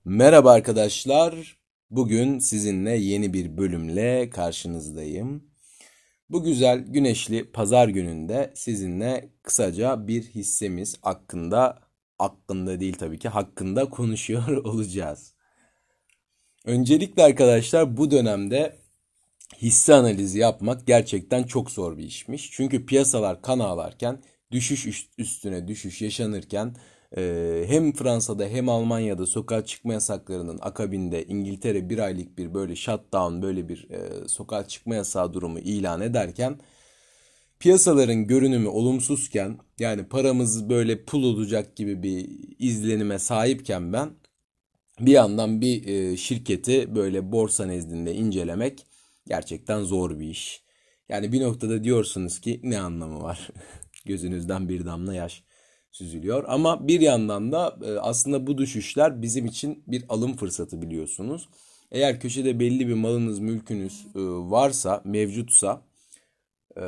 Merhaba arkadaşlar. Bugün sizinle yeni bir bölümle karşınızdayım. Bu güzel güneşli pazar gününde sizinle kısaca bir hissemiz hakkında değil tabii ki hakkında konuşuyor olacağız. Öncelikle arkadaşlar bu dönemde hisse analizi yapmak gerçekten çok zor bir işmiş. Çünkü piyasalar kan ağlarken, üstüne düşüş yaşanırken hem Fransa'da hem Almanya'da sokağa çıkma yasaklarının akabinde İngiltere bir aylık bir böyle shutdown, böyle bir sokağa çıkma yasağı durumu ilan ederken piyasaların görünümü olumsuzken, yani paramız böyle pul olacak gibi bir izlenime sahipken ben bir yandan bir şirketi böyle borsa nezdinde incelemek gerçekten zor bir iş. Yani bir noktada diyorsunuz ki ne anlamı var? Gözünüzden bir damla yaş süzülüyor. Ama bir yandan da aslında bu düşüşler bizim için bir alım fırsatı, biliyorsunuz. Eğer köşede belli bir malınız, mülkünüz varsa, mevcutsa, e,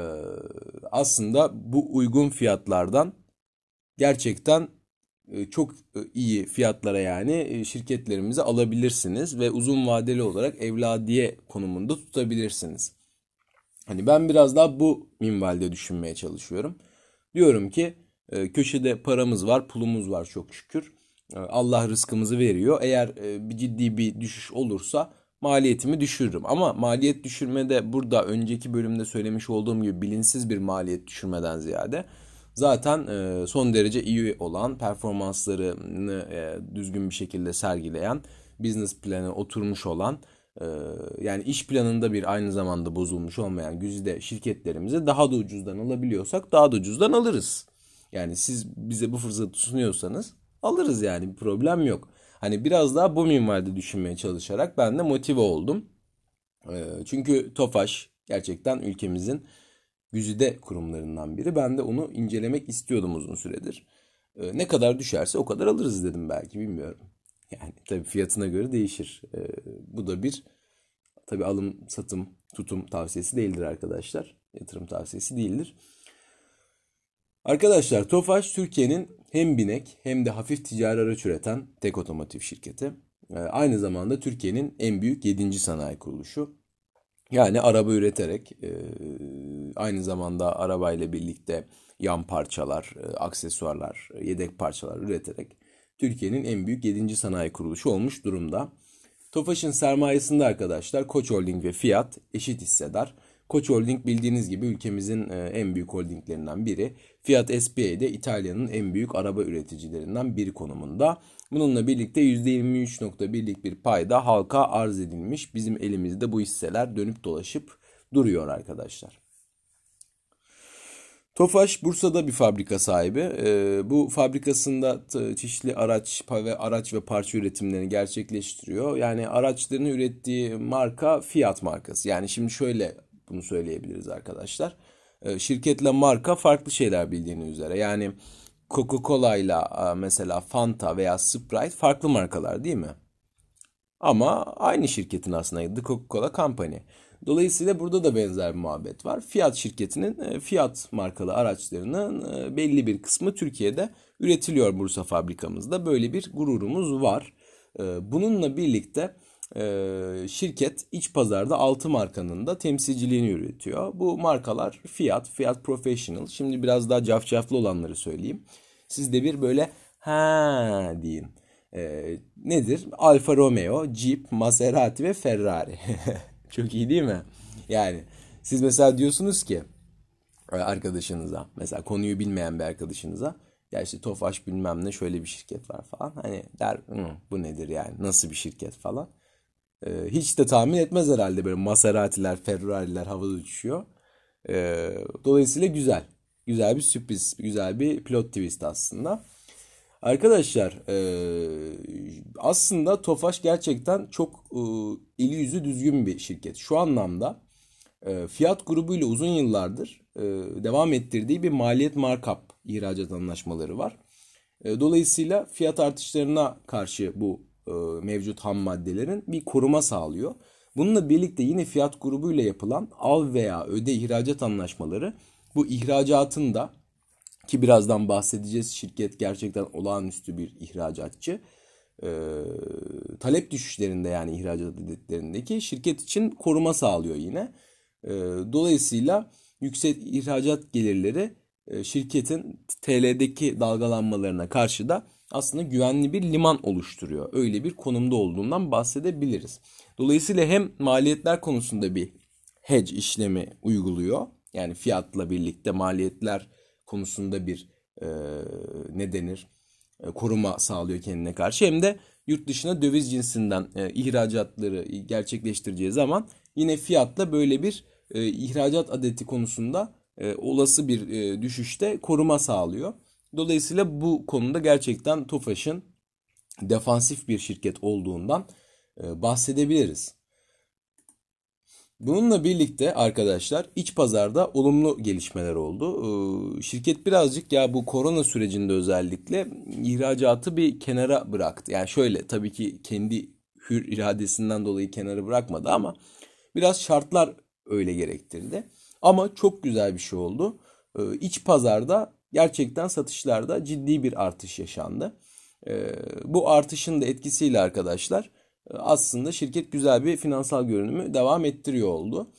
aslında bu uygun fiyatlardan gerçekten çok iyi fiyatlara, yani şirketlerimizi alabilirsiniz ve uzun vadeli olarak evladiye konumunda tutabilirsiniz. Hani ben biraz daha bu minvalde düşünmeye çalışıyorum. Diyorum ki köşede paramız var, pulumuz var çok şükür. Allah rızkımızı veriyor. Eğer bir ciddi bir düşüş olursa maliyetimi düşürürüm. Ama maliyet düşürmede, burada önceki bölümde söylemiş olduğum gibi, bilinçsiz bir maliyet düşürmeden ziyade zaten son derece iyi olan, performanslarını düzgün bir şekilde sergileyen, business planı oturmuş olan, e, yani iş planında bir aynı zamanda bozulmuş olmayan güzide şirketlerimizi daha da ucuzdan alabiliyorsak daha da ucuzdan alırız. Yani siz bize bu fırsatı sunuyorsanız alırız, yani bir problem yok. Hani biraz daha bu minvalde düşünmeye çalışarak ben de motive oldum. Çünkü Tofaş gerçekten ülkemizin güzide kurumlarından biri. Ben de onu incelemek istiyordum uzun süredir. Ne kadar düşerse o kadar alırız dedim, belki, bilmiyorum. Yani tabii fiyatına göre değişir. Bu da bir, tabii, alım, satım, tutum tavsiyesi değildir arkadaşlar. Yatırım tavsiyesi değildir. Arkadaşlar, Tofaş Türkiye'nin hem binek hem de hafif ticari araç üreten tek otomotiv şirketi. Aynı zamanda Türkiye'nin en büyük 7. sanayi kuruluşu. Yani araba üreterek, aynı zamanda arabayla birlikte yan parçalar, aksesuarlar, yedek parçalar üreterek Türkiye'nin en büyük 7. sanayi kuruluşu olmuş durumda. Tofaş'ın sermayesinde arkadaşlar Koç Holding ve Fiyat eşit hissedar. Koç Holding bildiğiniz gibi ülkemizin en büyük holdinglerinden biri. Fiat SPA de İtalya'nın en büyük araba üreticilerinden biri konumunda. Bununla birlikte %23,1'lik bir payda halka arz edilmiş. Bizim elimizde bu hisseler dönüp dolaşıp duruyor arkadaşlar. Tofaş Bursa'da bir fabrika sahibi. Bu fabrikasında çeşitli araç ve parça üretimlerini gerçekleştiriyor. Yani araçlarını ürettiği marka Fiat markası. Yani şimdi şöyle bunu söyleyebiliriz arkadaşlar. Şirketle marka farklı şeyler, bildiğiniz üzere. Yani Coca-Cola ile mesela Fanta veya Sprite farklı markalar, değil mi? Ama aynı şirketin aslında, The Coca-Cola Company. Dolayısıyla burada da benzer bir muhabbet var. Fiat şirketinin Fiat markalı araçlarının belli bir kısmı Türkiye'de üretiliyor Bursa fabrikamızda. Böyle bir gururumuz var. Bununla birlikte şirket iç pazarda 6 markanın da temsilciliğini yürütüyor. Bu markalar Fiat, Fiat Professional. Şimdi biraz daha cafcaflı olanları söyleyeyim. Siz de bir böyle ha deyin. Nedir? Alfa Romeo, Jeep, Maserati ve Ferrari. Çok iyi değil mi? Yani siz mesela diyorsunuz ki arkadaşınıza, mesela konuyu bilmeyen bir arkadaşınıza, ya işte Tofaş bilmem ne şöyle bir şirket var falan. Hani der, bu nedir yani, nasıl bir şirket falan. Hiç de tahmin etmez herhalde, böyle Maserati'ler, Ferrari'ler havada uçuşuyor. Dolayısıyla güzel. Güzel bir sürpriz, güzel bir plot twist aslında. Arkadaşlar, aslında Tofaş gerçekten çok eli yüzü düzgün bir şirket. Şu anlamda Fiat grubuyla uzun yıllardır devam ettirdiği bir maliyet markup ihracat anlaşmaları var. Dolayısıyla fiyat artışlarına karşı bu mevcut ham maddelerin bir koruma sağlıyor. Bununla birlikte yine Fiat grubuyla yapılan al veya öde ihracat anlaşmaları bu ihracatın da, ki birazdan bahsedeceğiz, şirket gerçekten olağanüstü bir ihracatçı. Ee, talep düşüşlerinde yani ihracat adetlerindeki şirket için koruma sağlıyor yine. Dolayısıyla yüksek ihracat gelirleri şirketin TL'deki dalgalanmalarına karşı da aslında güvenli bir liman oluşturuyor. Öyle bir konumda olduğundan bahsedebiliriz. Dolayısıyla hem maliyetler konusunda bir hedge işlemi uyguluyor. Yani fiyatla birlikte maliyetler konusunda bir e, ne denir? Koruma sağlıyor kendine karşı. Hem de yurt dışına döviz cinsinden ihracatları gerçekleştireceği zaman yine fiyatla böyle bir ihracat adeti konusunda olası bir düşüşte koruma sağlıyor. Dolayısıyla bu konuda gerçekten Tofaş'ın defansif bir şirket olduğundan bahsedebiliriz. Bununla birlikte arkadaşlar iç pazarda olumlu gelişmeler oldu. Şirket birazcık ya bu korona sürecinde özellikle ihracatı bir kenara bıraktı. Yani şöyle tabii ki kendi hür iradesinden dolayı kenara bırakmadı ama biraz şartlar öyle gerektirdi. Ama çok güzel bir şey oldu. İç pazarda gerçekten satışlarda ciddi bir artış yaşandı. Bu artışın da etkisiyle arkadaşlar aslında şirket güzel bir finansal görünümü devam ettiriyor oldu.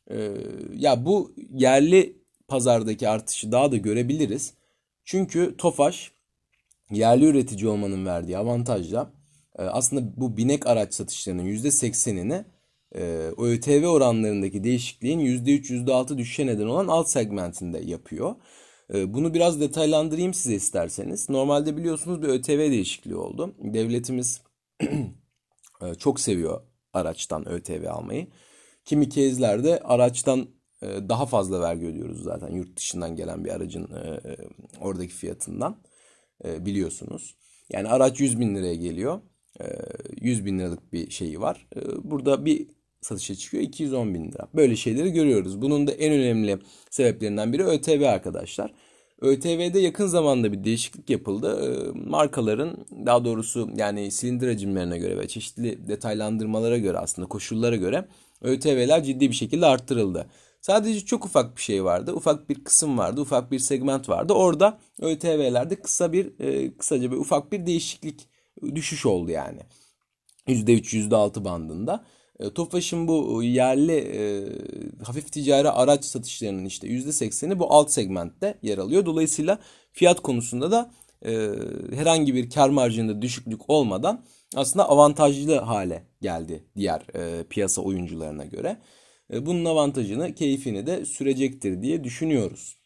Ya bu yerli pazardaki artışı daha da görebiliriz. Çünkü Tofaş yerli üretici olmanın verdiği avantajla aslında bu binek araç satışlarının %80'ini ÖTV oranlarındaki değişikliğin %3, %6 düşüşe neden olan alt segmentinde yapıyor. Bunu biraz detaylandırayım size isterseniz. Normalde biliyorsunuz bir ÖTV değişikliği oldu. Devletimiz çok seviyor araçtan ÖTV almayı. Kimi kezlerde araçtan daha fazla vergi ödüyoruz zaten yurt dışından gelen bir aracın oradaki fiyatından biliyorsunuz. Yani araç 100 bin liraya geliyor. 100 bin liralık bir şeyi var. Burada bir satışa çıkıyor 210 bin lira. Böyle şeyleri görüyoruz. Bunun da en önemli sebeplerinden biri ÖTV arkadaşlar. ÖTV'de yakın zamanda bir değişiklik yapıldı. Markaların daha doğrusu yani silindir hacimlerine göre ve çeşitli detaylandırmalara göre aslında koşullara göre ÖTV'ler ciddi bir şekilde arttırıldı. Sadece çok ufak bir şey vardı. Ufak bir kısım vardı. Ufak bir segment vardı. Orada ÖTV'lerde kısaca bir ufak bir değişiklik düşüş oldu yani. %3, %6 bandında. Tofaş'ın bu yerli hafif ticari araç satışlarının işte %80'i bu alt segmentte yer alıyor. Dolayısıyla fiyat konusunda da herhangi bir kar marjında düşüklük olmadan aslında avantajlı hale geldi diğer piyasa oyuncularına göre. Bunun avantajını, keyfini de sürecektir diye düşünüyoruz.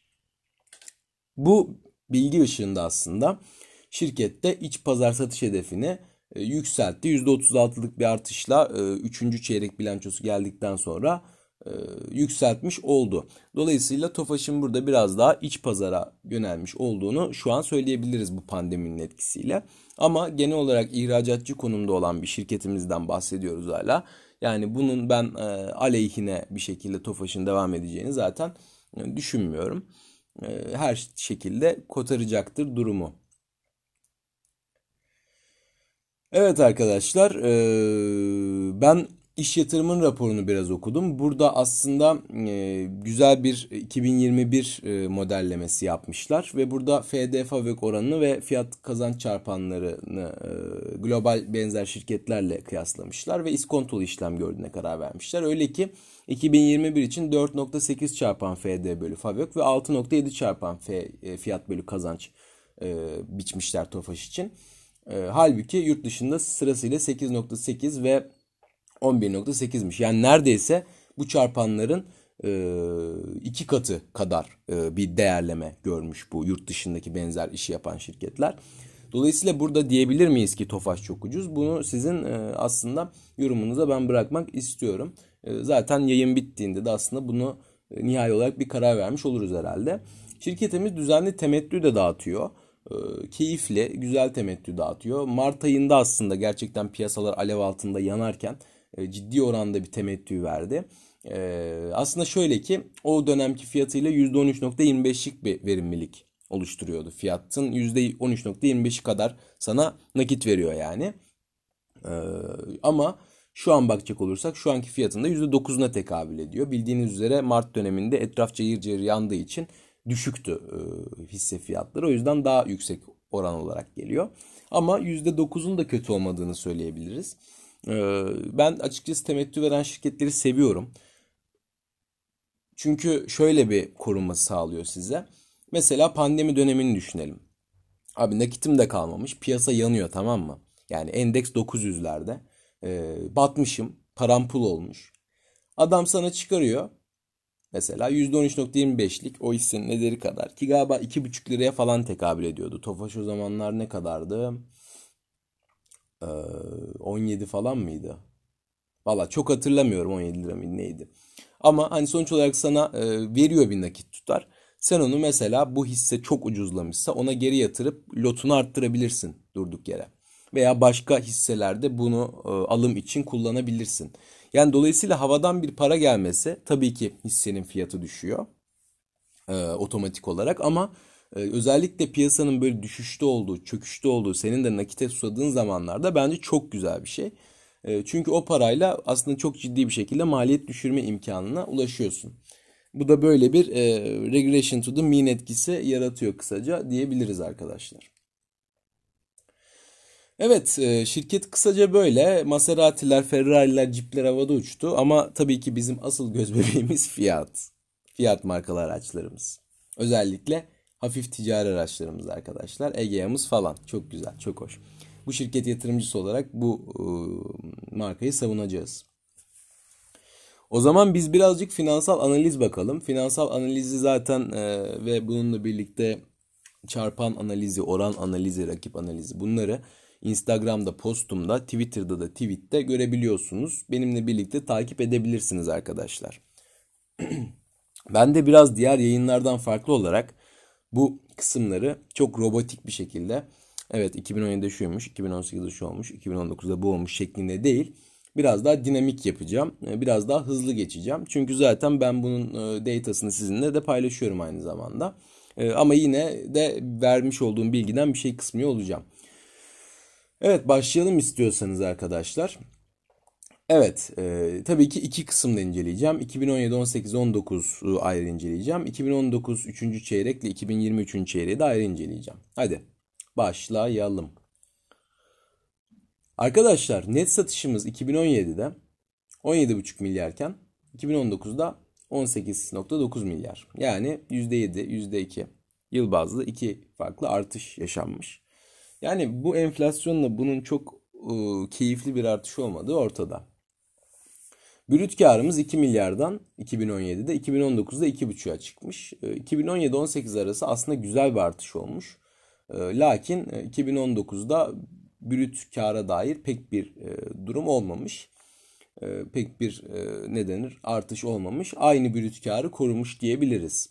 Bu bilgi ışığında aslında şirkette iç pazar satış hedefini yükseltti. %36'lık bir artışla 3. çeyrek bilançosu geldikten sonra yükseltmiş oldu. Dolayısıyla Tofaş'ın burada biraz daha iç pazara yönelmiş olduğunu şu an söyleyebiliriz bu pandeminin etkisiyle. Ama genel olarak ihracatçı konumda olan bir şirketimizden bahsediyoruz hala. Yani bunun ben aleyhine bir şekilde Tofaş'ın devam edeceğini zaten düşünmüyorum. Her şekilde kotaracaktır durumu. Evet arkadaşlar, ben iş yatırımın raporunu biraz okudum. Burada aslında güzel bir 2021 modellemesi yapmışlar ve burada FD Favök oranını ve fiyat kazanç çarpanlarını global benzer şirketlerle kıyaslamışlar ve iskontolu işlem gördüğüne karar vermişler. Öyle ki 2021 için 4,8 çarpan FD bölü Favök ve 6,7 çarpan fiyat bölü kazanç biçmişler Tofaş için. Halbuki yurt dışında sırasıyla 8,8 ve 11,8'miş. Yani neredeyse bu çarpanların iki katı kadar bir değerleme görmüş bu yurt dışındaki benzer işi yapan şirketler. Dolayısıyla burada diyebilir miyiz ki Tofaş çok ucuz? Bunu sizin aslında yorumunuza ben bırakmak istiyorum. Zaten yayın bittiğinde de aslında bunu nihai olarak bir karar vermiş oluruz herhalde. Şirketimiz düzenli temettü de dağıtıyor. Keyifli, güzel temettü dağıtıyor. Mart ayında aslında gerçekten piyasalar alev altında yanarken ciddi oranda bir temettü verdi. Aslında şöyle ki o dönemki fiyatıyla %13,25'lik bir verimlilik oluşturuyordu. Fiyatın %13,25'i kadar sana nakit veriyor yani. Ama şu an bakacak olursak şu anki fiyatında %9'una tekabül ediyor. Bildiğiniz üzere Mart döneminde etraf cayır cayır yandığı için düşüktü hisse fiyatları. O yüzden daha yüksek oran olarak geliyor. Ama %9'un da kötü olmadığını söyleyebiliriz. Ben açıkçası temettü veren şirketleri seviyorum. Çünkü şöyle bir korunma sağlıyor size. Mesela pandemi dönemini düşünelim. Abi nakitim de kalmamış. Piyasa yanıyor, tamam mı? Yani endeks 900'lerde. Batmışım. Param pul olmuş. Adam sana çıkarıyor. Mesela %13.25'lik o hissenin ederi kadar. Ki galiba 2,5 liraya falan tekabül ediyordu. Tofaş o zamanlar ne kadardı? Ee, 17 falan mıydı? Valla çok hatırlamıyorum, 17 lira mı neydi. Ama hani sonuç olarak sana veriyor bir nakit tutar. Sen onu mesela bu hisse çok ucuzlamışsa ona geri yatırıp lotunu arttırabilirsin durduk yere. Veya başka hisselerde bunu alım için kullanabilirsin. Yani dolayısıyla havadan bir para gelmesi tabii ki hissenin fiyatı düşüyor otomatik olarak, ama özellikle piyasanın böyle düşüşte olduğu, çöküşte olduğu, senin de nakite susadığın zamanlarda bence çok güzel bir şey. Çünkü o parayla aslında çok ciddi bir şekilde maliyet düşürme imkanına ulaşıyorsun. Bu da böyle bir regression to the mean etkisi yaratıyor kısaca diyebiliriz arkadaşlar. Evet, şirket kısaca böyle. Maserati'ler, Ferrari'ler, Jeep'ler havada uçtu. Ama tabii ki bizim asıl gözbebeğimiz Fiat. Fiat markalı araçlarımız. Özellikle hafif ticari araçlarımız arkadaşlar. Egea'mız falan. Çok güzel, çok hoş. Bu şirket yatırımcısı olarak bu markayı savunacağız. O zaman biz birazcık finansal analiz bakalım. Finansal analizi zaten ve bununla birlikte çarpan analizi, oran analizi, rakip analizi, bunları Instagram'da postumda, Twitter'da da tweet'te görebiliyorsunuz. Benimle birlikte takip edebilirsiniz arkadaşlar. Ben de biraz diğer yayınlardan farklı olarak bu kısımları çok robotik bir şekilde, evet 2017'de şuymuş, 2018'de şu olmuş, 2019'da bu olmuş şeklinde değil, biraz daha dinamik yapacağım. Biraz daha hızlı geçeceğim. Çünkü zaten ben bunun datasını sizinle de paylaşıyorum aynı zamanda. Ama yine de vermiş olduğum bilgiden bir şey kısmıyor olacağım. Evet, başlayalım istiyorsanız arkadaşlar. Evet, tabii ki iki kısımda inceleyeceğim. 2017, 18, 19 ayrı inceleyeceğim. 2019 üçüncü çeyrek ile 2020 üçüncü çeyreği de ayrı inceleyeceğim. Hadi başlayalım. Arkadaşlar, net satışımız 2017'de 17,5 milyarken 2019'da 18,9 milyar. Yani %7, %2 yıl bazlı iki farklı artış yaşanmış. Yani bu enflasyonla bunun çok keyifli bir artış olmadığı ortada. Brüt karımız 2 milyardan 2017'de, 2019'da 2,5'a çıkmış. 2017-18 arası aslında güzel bir artış olmuş. Lakin 2019'da brüt kara dair pek bir durum olmamış. Pek bir ne denir, artış olmamış. Aynı brüt karı korumuş diyebiliriz.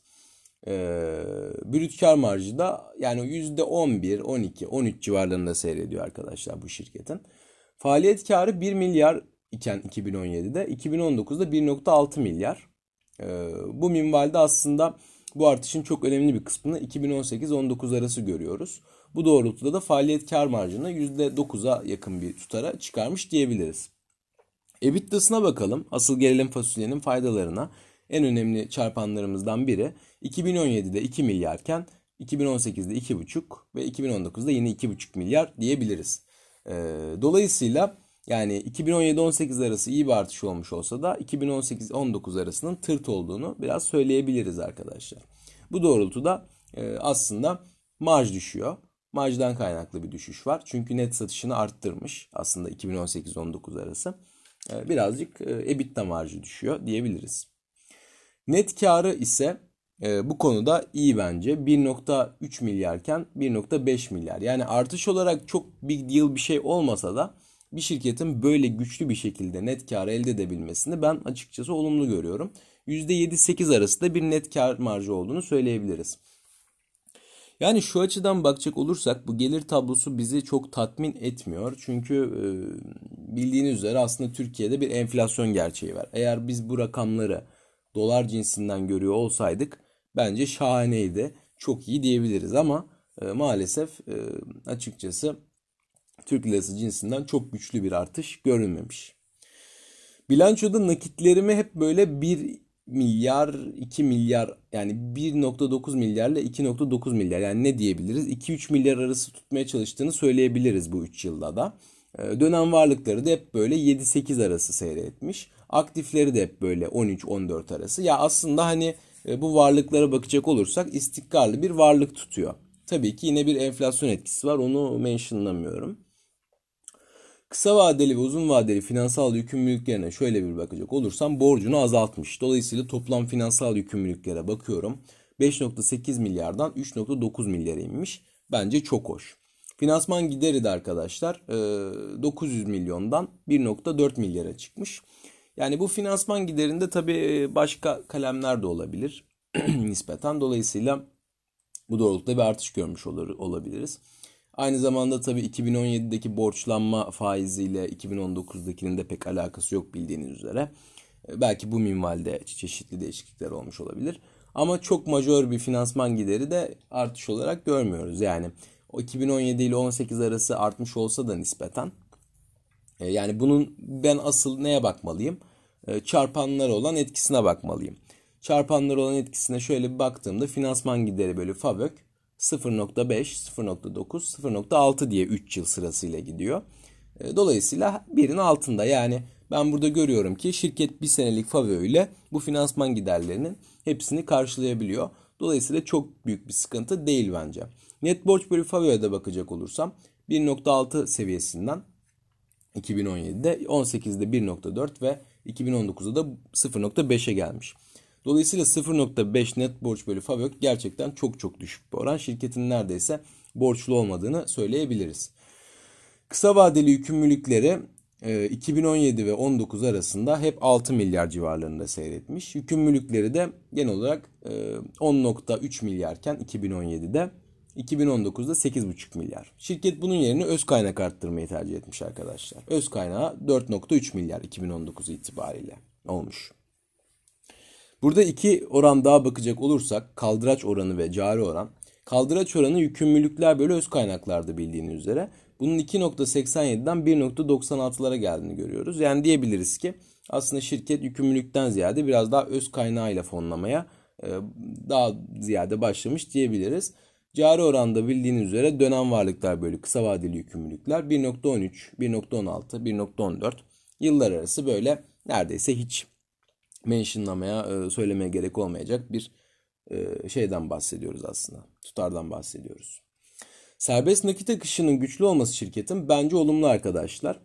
Brüt kar marjı da yani %11, 12, 13 civarlarında seyrediyor arkadaşlar bu şirketin. Faaliyet karı 1 milyar iken 2017'de, 2019'da 1,6 milyar. Bu minvalde aslında bu artışın çok önemli bir kısmını 2018-19 arası görüyoruz. Bu doğrultuda da faaliyet kar marjını %9'a yakın bir tutara çıkarmış diyebiliriz. EBITDA'sına bakalım. Asıl gelelim fasulyenin faydalarına. En önemli çarpanlarımızdan biri 2017'de 2 milyarken 2018'de 2,5 ve 2019'da yine 2,5 milyar diyebiliriz. Dolayısıyla yani 2017-18 arası iyi bir artış olmuş olsa da 2018-19 arasının tırt olduğunu biraz söyleyebiliriz arkadaşlar. Bu doğrultuda aslında marj düşüyor. Marjdan kaynaklı bir düşüş var. Çünkü net satışını arttırmış aslında 2018-19 arası. Birazcık EBITDA marjı düşüyor diyebiliriz. Net karı ise bu konuda iyi bence. 1,3 milyarken 1,5 milyar. Yani artış olarak çok big deal bir şey olmasa da bir şirketin böyle güçlü bir şekilde net karı elde edebilmesini ben açıkçası olumlu görüyorum. %7-8 arasında bir net kar marjı olduğunu söyleyebiliriz. Yani şu açıdan bakacak olursak bu gelir tablosu bizi çok tatmin etmiyor. Çünkü bildiğiniz üzere aslında Türkiye'de bir enflasyon gerçeği var. Eğer biz bu rakamları dolar cinsinden görüyor olsaydık bence şahaneydi. Çok iyi diyebiliriz ama maalesef açıkçası Türk lirası cinsinden çok güçlü bir artış görülmemiş. Bilançoda nakitlerimi hep böyle milyar, 2 milyar, yani 1,9 milyar ile 2,9 milyar, yani ne diyebiliriz? 2-3 milyar arası tutmaya çalıştığını söyleyebiliriz bu 3 yılda da. Dönem varlıkları da hep böyle 7-8 arası seyretmiş. Aktifleri de hep böyle 13-14 arası. Ya aslında hani bu varlıklara bakacak olursak istikrarlı bir varlık tutuyor. Tabii ki yine bir enflasyon etkisi var, onu mentionlamıyorum. Kısa vadeli ve uzun vadeli finansal yükümlülüklerine şöyle bir bakacak olursam borcunu azaltmış. Dolayısıyla toplam finansal yükümlülüklere bakıyorum. 5,8 milyardan 3,9 milyara inmiş. Bence çok hoş. Finansman gideri de arkadaşlar 900 milyondan 1,4 milyara çıkmış. Yani bu finansman giderinde tabii başka kalemler de olabilir nispeten. Dolayısıyla bu doğrultuda bir artış görmüş olabiliriz. Aynı zamanda tabii 2017'deki borçlanma faiziyle 2019'dakinin de pek alakası yok bildiğiniz üzere. Belki bu minvalde çeşitli değişiklikler olmuş olabilir. Ama çok majör bir finansman gideri de artış olarak görmüyoruz. Yani o 2017 ile 18 arası artmış olsa da nispeten. Yani bunun ben asıl neye bakmalıyım? Çarpanlara olan etkisine bakmalıyım. Çarpanlara olan etkisine şöyle bir baktığımda finansman gideri bölü FAVÖK 0,5, 0,9, 0,6 diye 3 yıl sırasıyla gidiyor. Dolayısıyla birin altında, yani ben burada görüyorum ki şirket bir senelik FAVÖ ile bu finansman giderlerinin hepsini karşılayabiliyor. Dolayısıyla çok büyük bir sıkıntı değil bence. Net borç bölü FAVÖ'ye de bakacak olursam 1,6 seviyesinden 2017'de, 18'de 1,4 ve 2019'da da 0,5'e gelmiş. Dolayısıyla 0,5 net borç bölü FAVÖK gerçekten çok çok düşük bir oran. Şirketin neredeyse borçlu olmadığını söyleyebiliriz. Kısa vadeli yükümlülükleri 2017 ve 19 arasında hep 6 milyar civarlarında seyretmiş. Yükümlülükleri de genel olarak 10,3 milyarken 2017'de, 2019'da 8,5 milyar. Şirket bunun yerine öz kaynak arttırmayı tercih etmiş arkadaşlar. Öz kaynağı 4,3 milyar 2019 itibariyle olmuş. Burada iki oran daha bakacak olursak, kaldıraç oranı ve cari oran. Kaldıraç oranı yükümlülükler bölü öz kaynaklarda bildiğiniz üzere. Bunun 2,87'den 1,96'lara geldiğini görüyoruz. Yani diyebiliriz ki aslında şirket yükümlülükten ziyade biraz daha öz kaynağıyla fonlamaya daha ziyade başlamış diyebiliriz. Cari oranda bildiğiniz üzere dönem varlıklar bölü kısa vadeli yükümlülükler 1,13, 1,16, 1,14 yıllar arası böyle neredeyse hiç mentionlamaya, söylemeye gerek olmayacak bir şeyden bahsediyoruz aslında. Tutardan bahsediyoruz. Serbest nakit akışının güçlü olması şirketin bence olumlu arkadaşlar.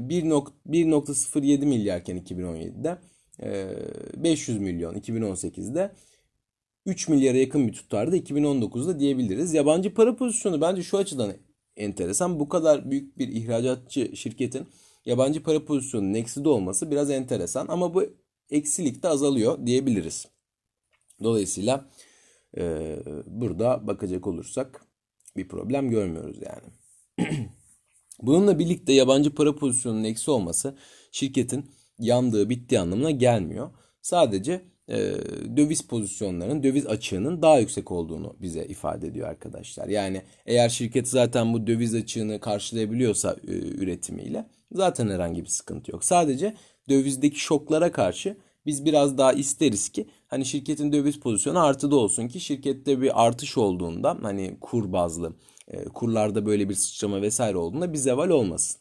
1,07 milyarken 2017'de, 500 milyon 2018'de, 3 milyara yakın bir tutarda 2019'da diyebiliriz. Yabancı para pozisyonu bence şu açıdan enteresan. Bu kadar büyük bir ihracatçı şirketin yabancı para pozisyonunun ekside olması biraz enteresan. Ama bu eksilik de azalıyor diyebiliriz. Dolayısıyla burada bakacak olursak bir problem görmüyoruz yani. Bununla birlikte yabancı para pozisyonunun eksi olması şirketin yandığı, bittiği anlamına gelmiyor. Sadece döviz pozisyonlarının, döviz açığının daha yüksek olduğunu bize ifade ediyor arkadaşlar. Yani eğer şirket zaten bu döviz açığını karşılayabiliyorsa üretimiyle zaten herhangi bir sıkıntı yok. Sadece dövizdeki şoklara karşı biz biraz daha isteriz ki hani şirketin döviz pozisyonu artıda olsun ki şirkette bir artış olduğunda, hani kur bazlı kurlarda böyle bir sıçrama vesaire olduğunda bir zeval olmasın.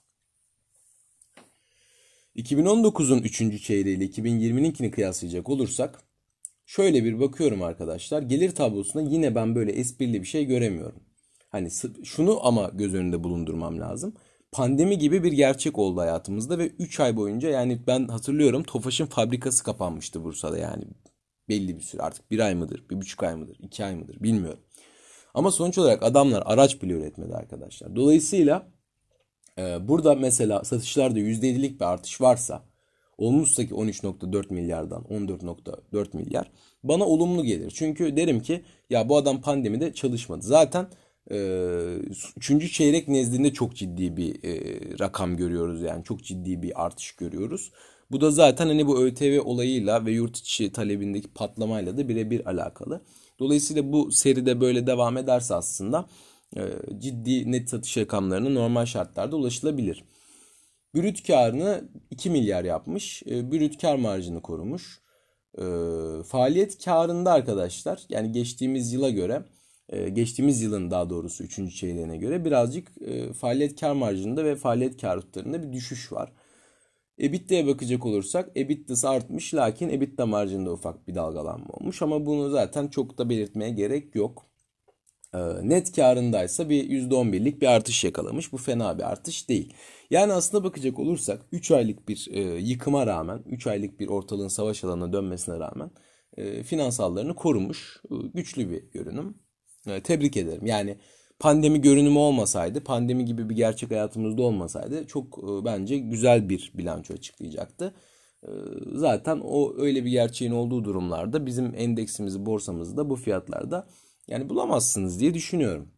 2019'un 3. çeyreği ile 2020'ninkini kıyaslayacak olursak şöyle bir bakıyorum arkadaşlar. Gelir tablosunda yine ben böyle esprili bir şey göremiyorum. Hani şunu ama göz önünde bulundurmam lazım. Pandemi gibi bir gerçek oldu hayatımızda ve 3 ay boyunca, yani ben hatırlıyorum, Tofaş'ın fabrikası kapanmıştı Bursa'da, yani belli bir süre, artık bir ay mıdır, 1,5 ay mıdır, 2 ay mıdır bilmiyorum. Ama sonuç olarak adamlar araç bile üretmedi arkadaşlar. Dolayısıyla burada mesela satışlarda %7'lik bir artış varsa, olmuşsa ki 13,4 milyardan 14,4 milyar bana olumlu gelir. Çünkü derim ki ya bu adam pandemide çalışmadı. Zaten 3. çeyrek nezdinde çok ciddi bir rakam görüyoruz, yani çok ciddi bir artış görüyoruz. Bu da zaten hani bu ÖTV olayıyla ve yurt içi talebindeki patlamayla da birebir alakalı. Dolayısıyla bu seride böyle devam ederse aslında ciddi net satış rakamlarına normal şartlarda ulaşılabilir. Brüt karını 2 milyar yapmış. Brüt kar marjını korumuş. Faaliyet karında arkadaşlar, yani geçtiğimiz yıla göre, geçtiğimiz yılın daha doğrusu 3. çeyreğine göre birazcık faaliyet kar marjında ve faaliyet kar tutarında bir düşüş var. EBITDA'ya bakacak olursak EBITDA'sı artmış, lakin EBITDA marjında ufak bir dalgalanma olmuş, ama bunu zaten çok da belirtmeye gerek yok. Net karındaysa bir %11'lik bir artış yakalamış. Bu fena bir artış değil. Yani aslında bakacak olursak 3 aylık bir yıkıma rağmen, 3 aylık bir ortalığın savaş alanına dönmesine rağmen finansallarını korumuş, güçlü bir görünüm. Tebrik ederim. Yani pandemi görünümü olmasaydı, pandemi gibi bir gerçek hayatımızda olmasaydı çok bence güzel bir bilanço açıklayacaktı. E, Zaten o öyle bir gerçeğin olduğu durumlarda bizim endeksimizi, borsamızı da bu fiyatlarda yani bulamazsınız diye düşünüyorum.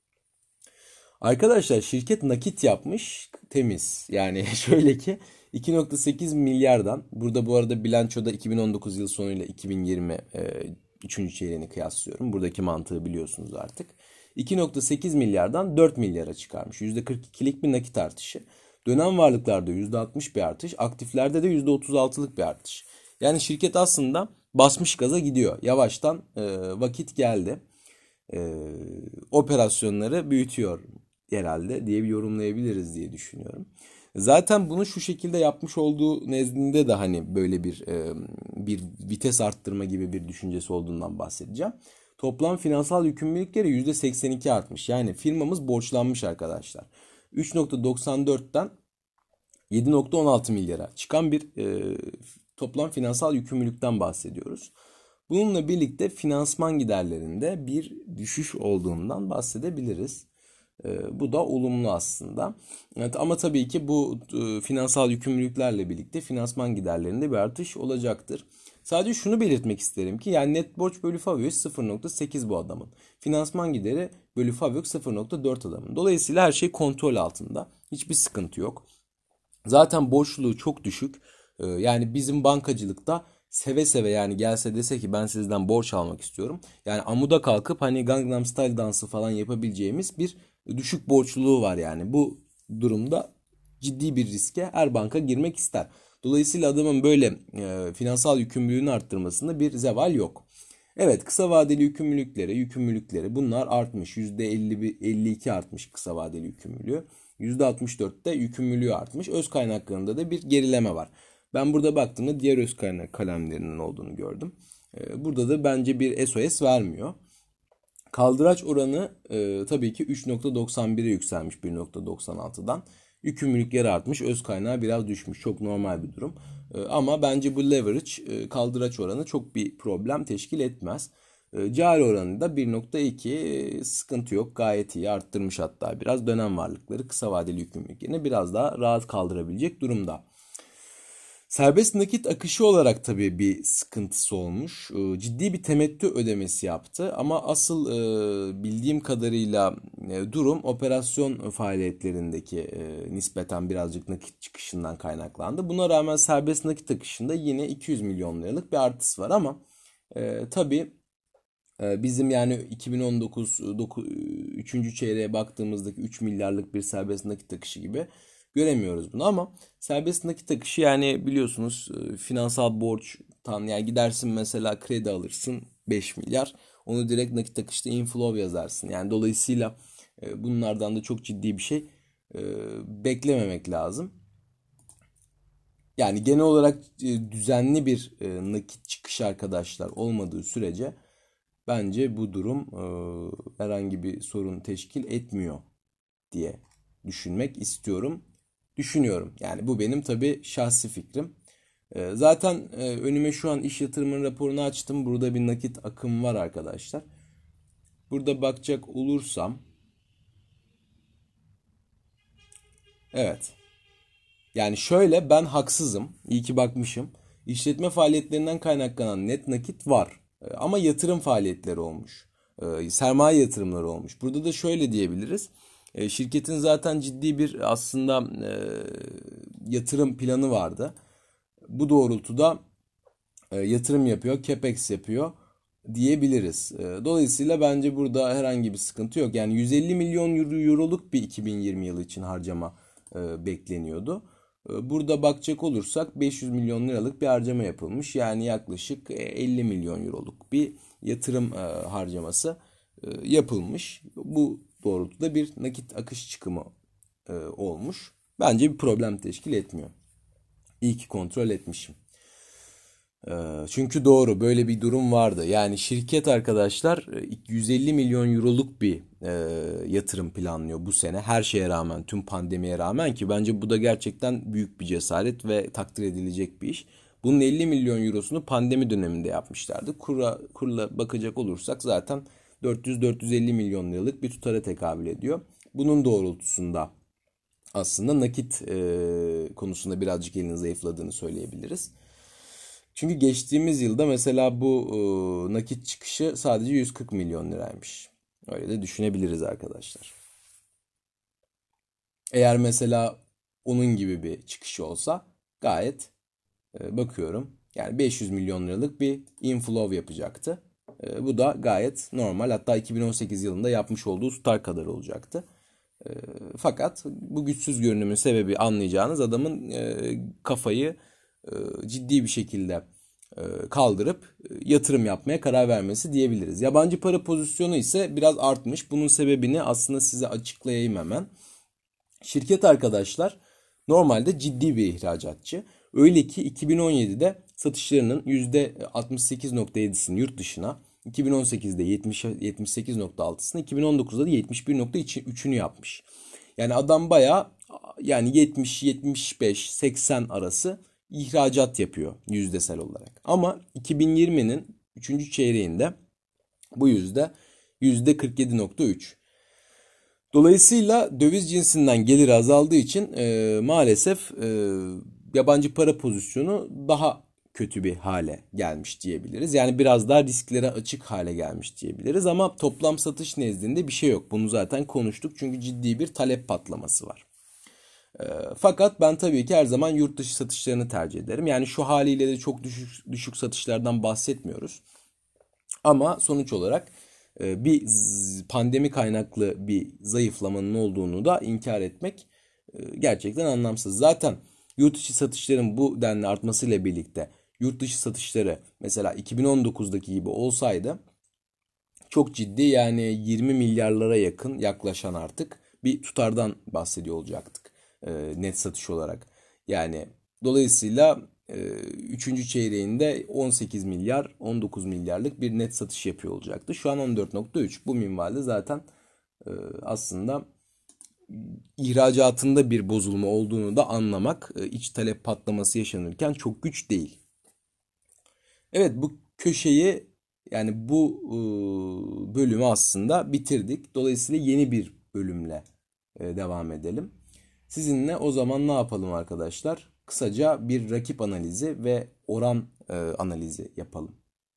Arkadaşlar şirket nakit yapmış, temiz. Yani şöyle ki 2,8 milyardan, burada bu arada bilançoda 2019 yıl sonuyla 2020 3. çeyreğini kıyaslıyorum. Buradaki mantığı biliyorsunuz artık. 2,8 milyardan 4 milyara çıkarmış. %42'lik bir nakit artışı. Dönem varlıklarda %60 bir artış. Aktiflerde de %36'lık bir artış. Yani şirket aslında basmış gaza gidiyor. Yavaştan vakit geldi, operasyonları büyütüyor herhalde diye bir yorumlayabiliriz diye düşünüyorum. Zaten bunu şu şekilde yapmış olduğu nezdinde de hani böyle bir vites arttırma gibi bir düşüncesi olduğundan bahsedeceğim. Toplam finansal yükümlülükleri %82 artmış. Yani firmamız borçlanmış arkadaşlar. 3,94'ten 7,16 milyara çıkan bir toplam finansal yükümlülükten bahsediyoruz. Bununla birlikte finansman giderlerinde bir düşüş olduğundan bahsedebiliriz. Bu da olumlu aslında. Evet, ama tabii ki bu finansal yükümlülüklerle birlikte finansman giderlerinde bir artış olacaktır. Sadece şunu belirtmek isterim ki yani net borç bölü FAVÖK 0,8 bu adamın. Finansman gideri bölü FAVÖK 0,4 adamın. Dolayısıyla her şey kontrol altında. Hiçbir sıkıntı yok. Zaten borçluluğu çok düşük. Yani bizim bankacılıkta seve seve, yani gelse dese ki ben sizden borç almak istiyorum. Yani amuda kalkıp hani Gangnam Style dansı falan yapabileceğimiz bir düşük borçluluğu var yani. Bu durumda ciddi bir riske her banka girmek ister. Dolayısıyla adamın böyle finansal yükümlülüğünü arttırmasında bir zeval yok. Evet, kısa vadeli yükümlülükleri bunlar artmış. %52 artmış kısa vadeli yükümlülüğü. %64'te yükümlülüğü artmış. Öz kaynaklarında da bir gerileme var. Ben burada baktığımda diğer öz kaynak kalemlerinin olduğunu gördüm. Burada da bence bir SOS vermiyor. Kaldıraç oranı tabii ki 3,91'e yükselmiş 1,96'dan. Yükümlülükleri artmış, öz kaynağı biraz düşmüş. Çok normal bir durum. Ama bence bu leverage, kaldıraç oranı çok bir problem teşkil etmez. Cari oranı da 1,2, sıkıntı yok. Gayet iyi, arttırmış hatta biraz. Dönem varlıkları kısa vadeli yükümlülüklerini biraz daha rahat kaldırabilecek durumda. Serbest nakit akışı olarak tabii bir sıkıntısı olmuş. Ciddi bir temettü ödemesi yaptı ama asıl bildiğim kadarıyla durum operasyon faaliyetlerindeki nispeten birazcık nakit çıkışından kaynaklandı. Buna rağmen serbest nakit akışında yine 200 milyon liralık bir artısı var, ama tabii bizim yani 2019 3. çeyreğe baktığımızdaki 3 milyarlık bir serbest nakit akışı gibi göremiyoruz bunu, ama serbest nakit akışı yani biliyorsunuz finansal borçtan, yani gidersin mesela kredi alırsın 5 milyar, onu direkt nakit akışta inflow yazarsın. Yani dolayısıyla bunlardan da çok ciddi bir şey beklememek lazım. Yani genel olarak düzenli bir nakit çıkışı arkadaşlar olmadığı sürece bence bu durum herhangi bir sorun teşkil etmiyor diye düşünmek istiyorum. Düşünüyorum. Yani bu benim tabii şahsi fikrim. Zaten önüme şu an iş yatırımın raporunu açtım. Burada bir nakit akım var arkadaşlar. Burada bakacak olursam, evet. Yani şöyle, ben haksızım. İyi ki bakmışım. İşletme faaliyetlerinden kaynaklanan net nakit var. Ama yatırım faaliyetleri olmuş. Sermaye yatırımları olmuş. Burada da şöyle diyebiliriz. Şirketin zaten ciddi bir aslında yatırım planı vardı. Bu doğrultuda yatırım yapıyor, capex yapıyor diyebiliriz. Dolayısıyla bence burada herhangi bir sıkıntı yok. Yani 150 milyon euroluk bir 2020 yılı için harcama bekleniyordu. Burada bakacak olursak 500 milyon liralık bir harcama yapılmış. Yani yaklaşık 50 milyon euroluk bir yatırım harcaması yapılmış. Bu doğrultuda bir nakit akış çıkımı olmuş. Bence bir problem teşkil etmiyor. İyi ki kontrol etmişim. Çünkü doğru böyle bir durum vardı. Yani şirket arkadaşlar 150 milyon euroluk bir yatırım planlıyor bu sene. Her şeye rağmen, tüm pandemiye rağmen ki bence bu da gerçekten büyük bir cesaret ve takdir edilecek bir iş. Bunun 50 milyon eurosunu pandemi döneminde yapmışlardı. Kurla bakacak olursak zaten 400-450 milyon liralık bir tutara tekabül ediyor. Bunun doğrultusunda aslında nakit konusunda birazcık elinin zayıfladığını söyleyebiliriz. Çünkü geçtiğimiz yılda mesela bu nakit çıkışı sadece 140 milyon liraymış. Öyle de düşünebiliriz arkadaşlar. Eğer mesela onun gibi bir çıkışı olsa gayet bakıyorum. Yani 500 milyon liralık bir inflow yapacaktı. Bu da gayet normal. Hatta 2018 yılında yapmış olduğu tutar kadar olacaktı. Fakat bu güçsüz görünümün sebebi anlayacağınız adamın kafayı ciddi bir şekilde kaldırıp yatırım yapmaya karar vermesi diyebiliriz. Yabancı para pozisyonu ise biraz artmış. Bunun sebebini aslında size açıklayayım hemen. Şirket arkadaşlar normalde ciddi bir ihracatçı. Öyle ki 2017'de satışlarının %68,7'sini yurt dışına, 2018'de 78,6'sını, 2019'da da 71,3'ünü yapmış. Yani adam bayağı yani 70, 75, 80 arası ihracat yapıyor yüzdesel olarak. Ama 2020'nin 3. çeyreğinde bu %47,3. Dolayısıyla döviz cinsinden geliri azaldığı için maalesef yabancı para pozisyonu daha kötü bir hale gelmiş diyebiliriz. Yani biraz daha risklere açık hale gelmiş diyebiliriz ama toplam satış nezdinde bir şey yok. Bunu zaten konuştuk çünkü ciddi bir talep patlaması var. Fakat ben tabii ki her zaman yurt dışı satışlarını tercih ederim. Yani şu haliyle de çok düşük satışlardan bahsetmiyoruz. Ama sonuç olarak bir pandemi kaynaklı bir zayıflamanın olduğunu da inkar etmek gerçekten anlamsız. Zaten yurt dışı satışların bu denli artmasıyla birlikte yurt dışı satışları mesela 2019'daki gibi olsaydı çok ciddi yani 20 milyarlara yakın yaklaşan artık bir tutardan bahsediyor olacaktık net satış olarak. Yani dolayısıyla 3. çeyreğinde 18 milyar 19 milyarlık bir net satış yapıyor olacaktı. Şu an 14,3. Bu minvalde zaten aslında ihracatında bir bozulma olduğunu da anlamak iç talep patlaması yaşanırken çok güç değil. Evet bu köşeyi yani bu bölümü aslında bitirdik. Dolayısıyla yeni bir bölümle devam edelim. Sizinle o zaman ne yapalım arkadaşlar? Kısaca bir rakip analizi ve oran analizi yapalım.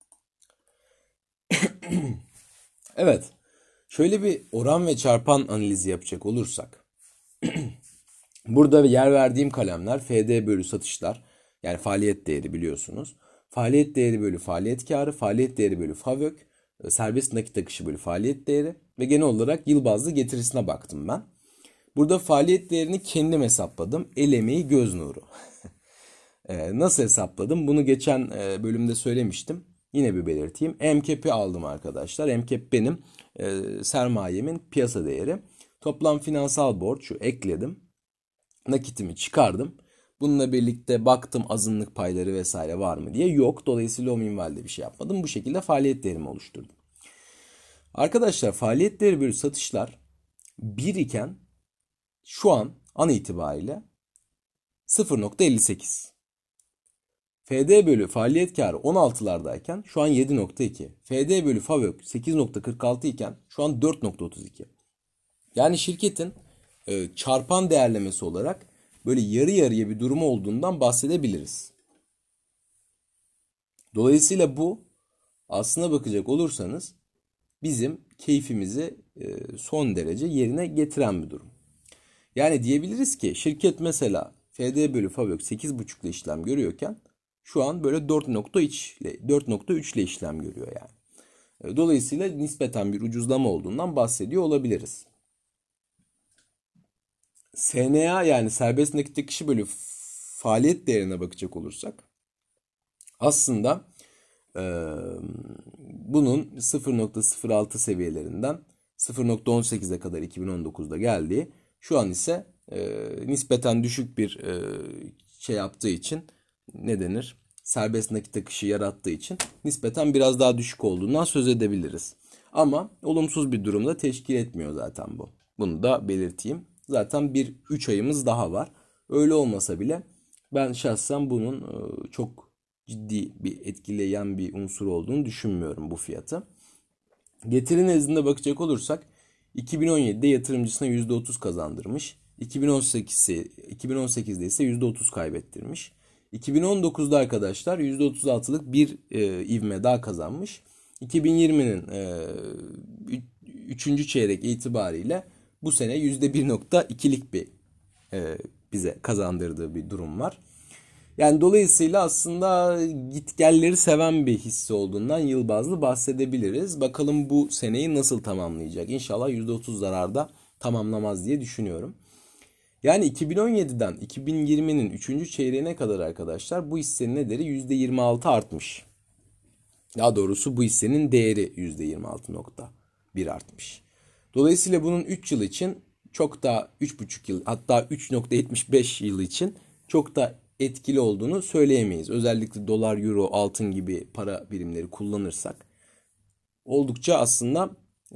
Evet, şöyle bir oran ve çarpan analizi yapacak olursak. Burada yer verdiğim kalemler FD bölü satışlar. Yani faaliyet değeri biliyorsunuz. Faaliyet değeri bölü faaliyet karı, faaliyet değeri bölü FAVÖK, serbest nakit akışı bölü faaliyet değeri ve genel olarak yıl bazlı getirisine baktım ben. Burada faaliyet değerini kendim hesapladım. El emeği göz nuru. Nasıl hesapladım? Bunu geçen bölümde söylemiştim. Yine bir belirteyim. MCAP'i aldım arkadaşlar. MCAP benim sermayemin piyasa değeri. Toplam finansal borç ekledim. Nakitimi çıkardım. Bununla birlikte baktım azınlık payları vesaire var mı diye. Yok. Dolayısıyla o minvalde bir şey yapmadım. Bu şekilde faaliyet değerimi oluşturdum. Arkadaşlar faaliyet değeri bölü satışlar 1 iken şu an itibariyle 0,58. FD bölü faaliyet karı 16'lardayken şu an 7,2. FD bölü FAVÖK 8,46 iken şu an 4,32. Yani şirketin çarpan değerlemesi olarak böyle yarı yarıya bir durumu olduğundan bahsedebiliriz. Dolayısıyla bu aslına bakacak olursanız bizim keyfimizi son derece yerine getiren bir durum. Yani diyebiliriz ki şirket mesela FD bölü FAVÖK 8,5 ile işlem görüyorken şu an böyle 4,3 ile işlem görüyor yani. Dolayısıyla nispeten bir ucuzlama olduğundan bahsediyor olabiliriz. SNA yani serbest nakit akışı bölü faaliyet değerine bakacak olursak aslında eee, bunun 0.06 seviyelerinden 0.18'e kadar 2019'da geldiği, şu an ise nispeten düşük bir şey yaptığı için, ne denir? Serbest nakit akışı yarattığı için nispeten biraz daha düşük olduğundan söz edebiliriz. Ama olumsuz bir durumda teşkil etmiyor zaten bu. Bunu da belirteyim. Zaten bir 3 ayımız daha var. Öyle olmasa bile ben şahsen bunun çok ciddi bir etkileyen bir unsur olduğunu düşünmüyorum bu fiyatı. Getiri nezdinde bakacak olursak 2017'de yatırımcısına %30 kazandırmış. 2018'de ise %30 kaybettirmiş. 2019'da arkadaşlar %36'lık bir ivme daha kazanmış. 2020'nin 3. çeyrek itibariyle bu sene %1.2'lik bir bize kazandırdığı bir durum var. Yani dolayısıyla aslında gitgelleri seven bir hisse olduğundan yıl bazlı bahsedebiliriz. Bakalım bu seneyi nasıl tamamlayacak? İnşallah %30 zararda tamamlamaz diye düşünüyorum. Yani 2017'den 2020'nin 3. çeyreğine kadar arkadaşlar bu hissenin değeri %26 artmış. Daha doğrusu bu hissenin değeri %26.1 artmış. Dolayısıyla bunun 3 yıl için çok da 3,5 yıl, hatta 3,75 yıl için çok da etkili olduğunu söyleyemeyiz. Özellikle dolar, euro, altın gibi para birimleri kullanırsak oldukça aslında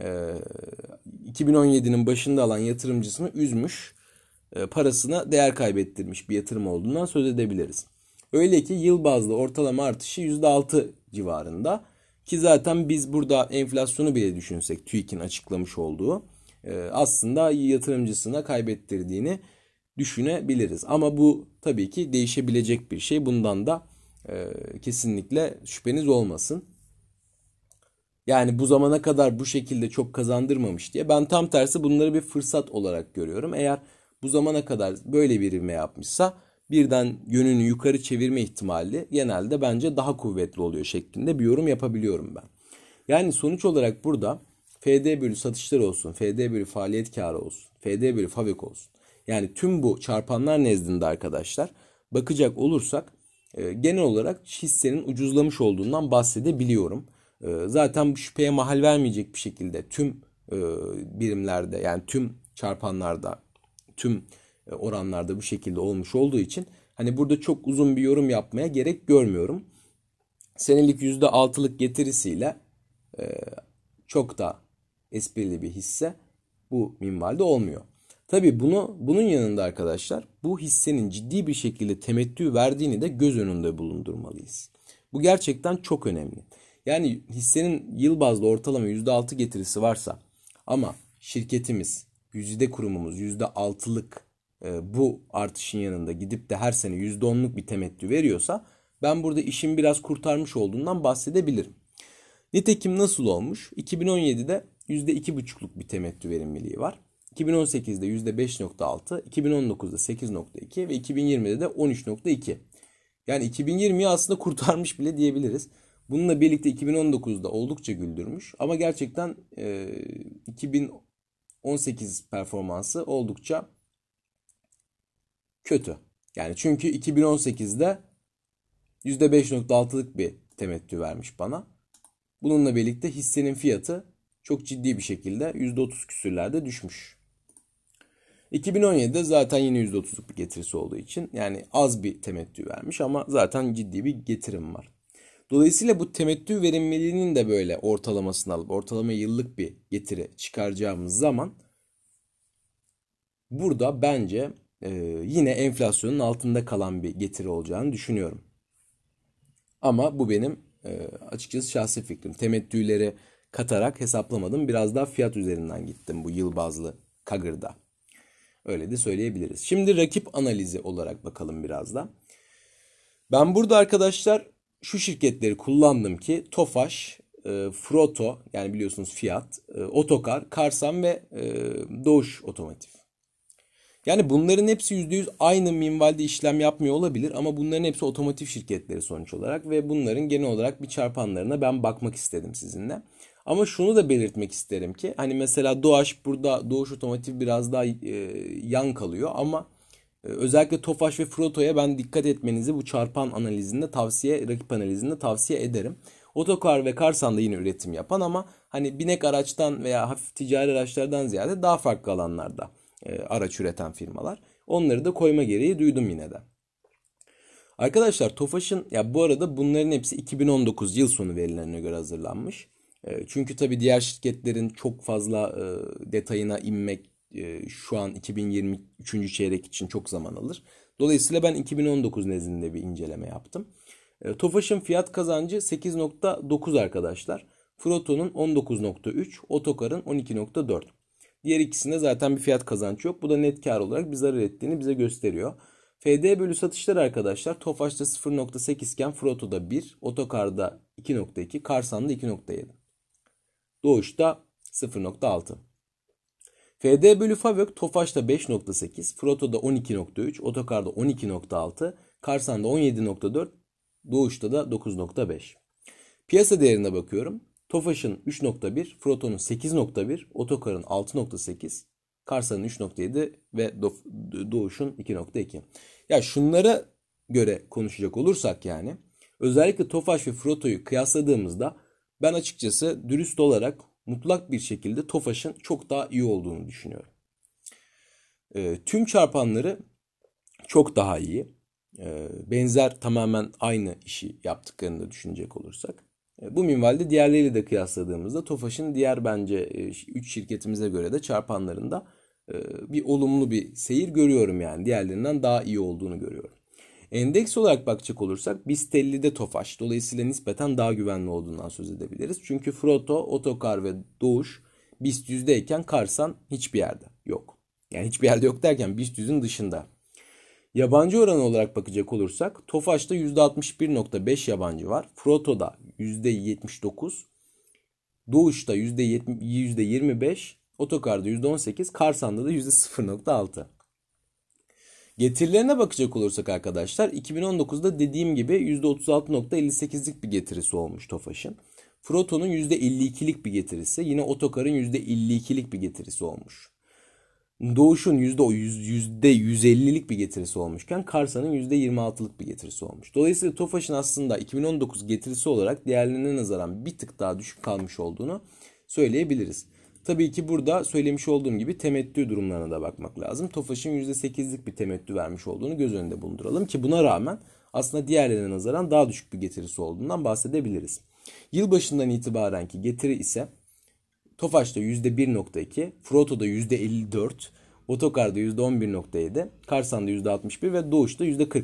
2017'nin başında alan yatırımcısını üzmüş, parasına değer kaybettirmiş bir yatırım olduğundan söz edebiliriz. Öyle ki yıl bazlı ortalama artışı %6 civarında, ki zaten biz burada enflasyonu bile düşünsek TÜİK'in açıklamış olduğu aslında yatırımcısına kaybettirdiğini düşünebiliriz. Ama bu tabii ki değişebilecek bir şey. Bundan da kesinlikle şüpheniz olmasın. Yani bu zamana kadar bu şekilde çok kazandırmamış diye. Ben tam tersi bunları bir fırsat olarak görüyorum. Eğer bu zamana kadar böyle bir ivme yapmışsa birden yönünü yukarı çevirme ihtimali genelde bence daha kuvvetli oluyor şeklinde bir yorum yapabiliyorum ben. Yani sonuç olarak burada FD bölü satışlar olsun, FD bölü faaliyet karı olsun, FD bölü FAVÖK olsun. Yani tüm bu çarpanlar nezdinde arkadaşlar bakacak olursak genel olarak hissenin ucuzlamış olduğundan bahsedebiliyorum. Zaten bu şüpheye mahal vermeyecek bir şekilde tüm birimlerde, yani tüm çarpanlarda, tüm oranlarda bu şekilde olmuş olduğu için hani burada çok uzun bir yorum yapmaya gerek görmüyorum. Senelik %6'lık getirisiyle çok da esprili bir hisse bu minvalde olmuyor. Tabii bunun yanında arkadaşlar bu hissenin ciddi bir şekilde temettü verdiğini de göz önünde bulundurmalıyız. Bu gerçekten çok önemli. Yani hissenin yıl bazlı ortalama %6 getirisi varsa ama şirketimiz, güzide kurumumuz %6'lık bu artışın yanında gidip de her sene %10'luk bir temettü veriyorsa ben burada işin biraz kurtarmış olduğundan bahsedebilirim. Nitekim nasıl olmuş? 2017'de %2,5'luk bir temettü verimliliği var. 2018'de %5,6, 2019'da 8,2 ve 2020'de de 13,2. Yani 2020'yi aslında kurtarmış bile diyebiliriz. Bununla birlikte 2019'da oldukça güldürmüş. Ama gerçekten 2018 performansı oldukça kötü. Yani çünkü 2018'de %5,6'lık bir temettü vermiş bana. Bununla birlikte hissenin fiyatı çok ciddi bir şekilde %30 küsürlerde düşmüş. 2017'de zaten yine %30'luk bir getirisi olduğu için yani az bir temettü vermiş ama zaten ciddi bir getirim var. Dolayısıyla bu temettü verimliliğinin de böyle ortalamasını alıp ortalama yıllık bir getiri çıkaracağımız zaman burada bence yine enflasyonun altında kalan bir getiri olacağını düşünüyorum. Ama bu benim açıkçası şahsi fikrim. Temettüleri katarak hesaplamadım. Biraz daha fiyat üzerinden gittim bu yıl bazlı CAGR'da. Öyle de söyleyebiliriz. Şimdi rakip analizi olarak bakalım biraz da. Ben burada arkadaşlar şu şirketleri kullandım ki Tofaş, Froto yani biliyorsunuz Fiat, Otokar, Karsan ve Doğuş Otomotiv. Yani bunların hepsi %100 aynı minvalde işlem yapmıyor olabilir ama bunların hepsi otomotiv şirketleri sonuç olarak ve bunların genel olarak bir çarpanlarına ben bakmak istedim sizinle. Ama şunu da belirtmek isterim ki hani mesela Doğuş Otomotiv biraz daha yan kalıyor ama özellikle Tofaş ve Froto'ya ben dikkat etmenizi bu çarpan analizinde rakip analizinde tavsiye ederim. Otokar ve Karsan da yine üretim yapan ama hani binek araçtan veya hafif ticari araçlardan ziyade daha farklı alanlarda araç üreten firmalar. Onları da koyma gereği duydum yine de. Arkadaşlar Tofaş'ın ya bu arada bunların hepsi 2019 yıl sonu verilerine göre hazırlanmış. Çünkü tabii diğer şirketlerin çok fazla detayına inmek şu an 2023. çeyrek için çok zaman alır. Dolayısıyla ben 2019 nezdinde bir inceleme yaptım. Tofaş'ın fiyat kazancı 8,9 arkadaşlar. Froto'nun 19,3, Otokar'ın 12,4. Diğer ikisinde zaten bir fiyat kazancı yok. Bu da net kar olarak bir zarar ettiğini bize gösteriyor. FD bölü satışlar arkadaşlar Tofaş'ta 0,8 iken Froto'da 1, Otokar'da 2,2, Karsan'da 2,7. Doğuş'ta 0,6. FD bölü Favök Tofaş'ta 5,8, Froto'da 12,3, Otokar'da 12,6, Karsan'da 17,4, Doğuş'ta da 9,5. Piyasa değerine bakıyorum. Tofaş'ın 3,1, Froto'nun 8,1, Otokar'ın 6,8, Karsan'ın 3,7 ve Doğuş'un 2,2. Ya şunlara göre konuşacak olursak yani özellikle Tofaş ve Froto'yu kıyasladığımızda ben açıkçası dürüst olarak mutlak bir şekilde Tofaş'ın çok daha iyi olduğunu düşünüyorum. Tüm çarpanları çok daha iyi. Benzer tamamen aynı işi yaptıklarını da düşünecek olursak. Bu minvalde diğerleriyle de kıyasladığımızda Tofaş'ın diğer bence 3 şirketimize göre de çarpanlarında bir olumlu bir seyir görüyorum yani. Diğerlerinden daha iyi olduğunu görüyorum. Endeks olarak bakacak olursak BIST 50'de Tofaş. Dolayısıyla nispeten daha güvenli olduğundan söz edebiliriz. Çünkü Froto, Otokar ve Doğuş BIST 100'deyken Karsan hiçbir yerde yok. Yani hiçbir yerde yok derken BIST 100'ün dışında. Yabancı oranı olarak bakacak olursak Tofaş'ta %61,5 yabancı var. Froto'da %79, Doğuş'ta %25, Otokar'da %18, Karsan'da da %0,6. Getirilerine bakacak olursak arkadaşlar 2019'da dediğim gibi %36,58'lik bir getirisi olmuş Tofaş'ın. Froto'nun %52'lik bir getirisi, yine Otokar'ın %52'lik bir getirisi olmuş. Doğuş'un %150'lik bir getirisi olmuşken Karsan'ın %26'lık bir getirisi olmuş. Dolayısıyla Tofaş'ın aslında 2019 getirisi olarak diğerlerine nazaran bir tık daha düşük kalmış olduğunu söyleyebiliriz. Tabii ki burada söylemiş olduğum gibi temettü durumlarına da bakmak lazım. Tofaş'ın %8'lik bir temettü vermiş olduğunu göz önünde bulunduralım ki buna rağmen aslında diğerlerine nazaran daha düşük bir getirisi olduğundan bahsedebiliriz. Yılbaşından itibarenki getiri ise Tofaş'ta %1,2, Froto'da %54, Otokar'da %11,7, Karsan'da %61 ve Doğuş'ta %40.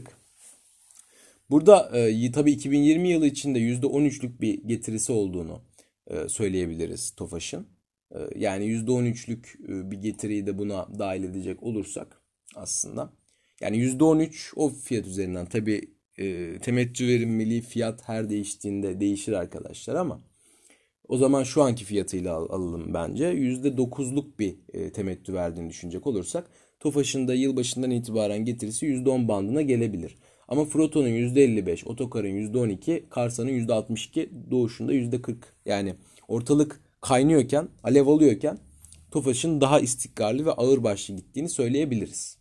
Burada tabii 2020 yılı içinde %13'lük bir getirisi olduğunu söyleyebiliriz Tofaş'ın. Yani %13'lük bir getiriyi de buna dahil edecek olursak aslında. Yani %13 o fiyat üzerinden tabii temettü verimliliği fiyat her değiştiğinde değişir arkadaşlar ama o zaman şu anki fiyatıyla alalım bence. %9'luk bir temettü verdiğini düşünecek olursak Tofaş'ın da yılbaşından itibaren getirisi %10 bandına gelebilir. Ama Froto'nun %55, Otokar'ın %12, Karsan'ın %62, Doğuş'un da %40. Yani ortalık kaynıyorken, alev alıyorken Tofaş'ın daha istikrarlı ve ağırbaşlı gittiğini söyleyebiliriz.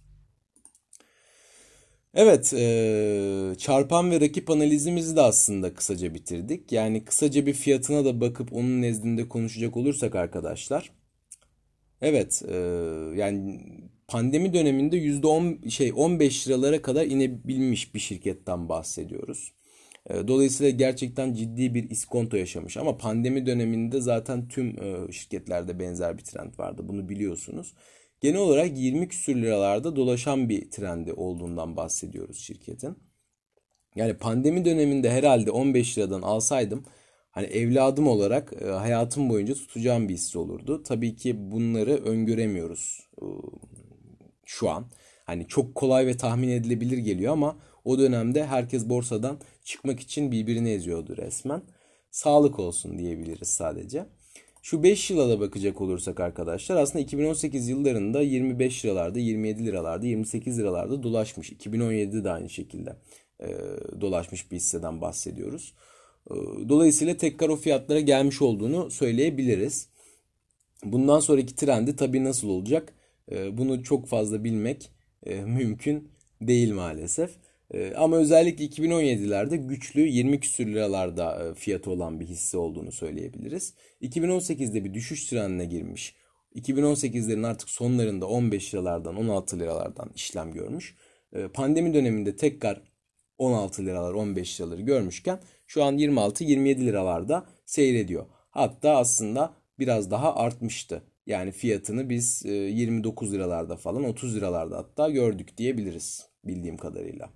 Evet, çarpan ve rakip analizimizi de aslında kısaca bitirdik. Yani kısaca bir fiyatına da bakıp onun nezdinde konuşacak olursak arkadaşlar. Evet, yani pandemi döneminde %15 liralara kadar inebilmiş bir şirketten bahsediyoruz. Dolayısıyla gerçekten ciddi bir iskonto yaşamış. Ama pandemi döneminde zaten tüm şirketlerde benzer bir trend vardı. Bunu biliyorsunuz. Genel olarak 20 küsür liralarda dolaşan bir trendi olduğundan bahsediyoruz şirketin. Yani pandemi döneminde herhalde 15 liradan alsaydım hani evladım olarak hayatım boyunca tutacağım bir hisse olurdu. Tabii ki bunları öngöremiyoruz şu an. Hani çok kolay ve tahmin edilebilir geliyor ama o dönemde herkes borsadan çıkmak için birbirini eziyordu resmen. Sağlık olsun diyebiliriz sadece. Şu 5 yıla da bakacak olursak arkadaşlar aslında 2018 yıllarında 25 liralarda, 27 liralarda, 28 liralarda dolaşmış. 2017'de de aynı şekilde dolaşmış bir hisseden bahsediyoruz. Dolayısıyla tekrar o fiyatlara gelmiş olduğunu söyleyebiliriz. Bundan sonraki trendi tabii nasıl olacak? Bunu çok fazla bilmek mümkün değil maalesef. Ama özellikle 2017'lerde güçlü 20 küsür liralarda fiyatı olan bir hisse olduğunu söyleyebiliriz. 2018'de bir düşüş trendine girmiş. 2018'lerin artık sonlarında 15 liralardan 16 liralardan işlem görmüş. Pandemi döneminde tekrar 16 liralar 15 liraları görmüşken şu an 26-27 liralarda seyrediyor. Hatta aslında biraz daha artmıştı. Yani fiyatını biz 29 liralarda falan 30 liralarda hatta gördük diyebiliriz bildiğim kadarıyla.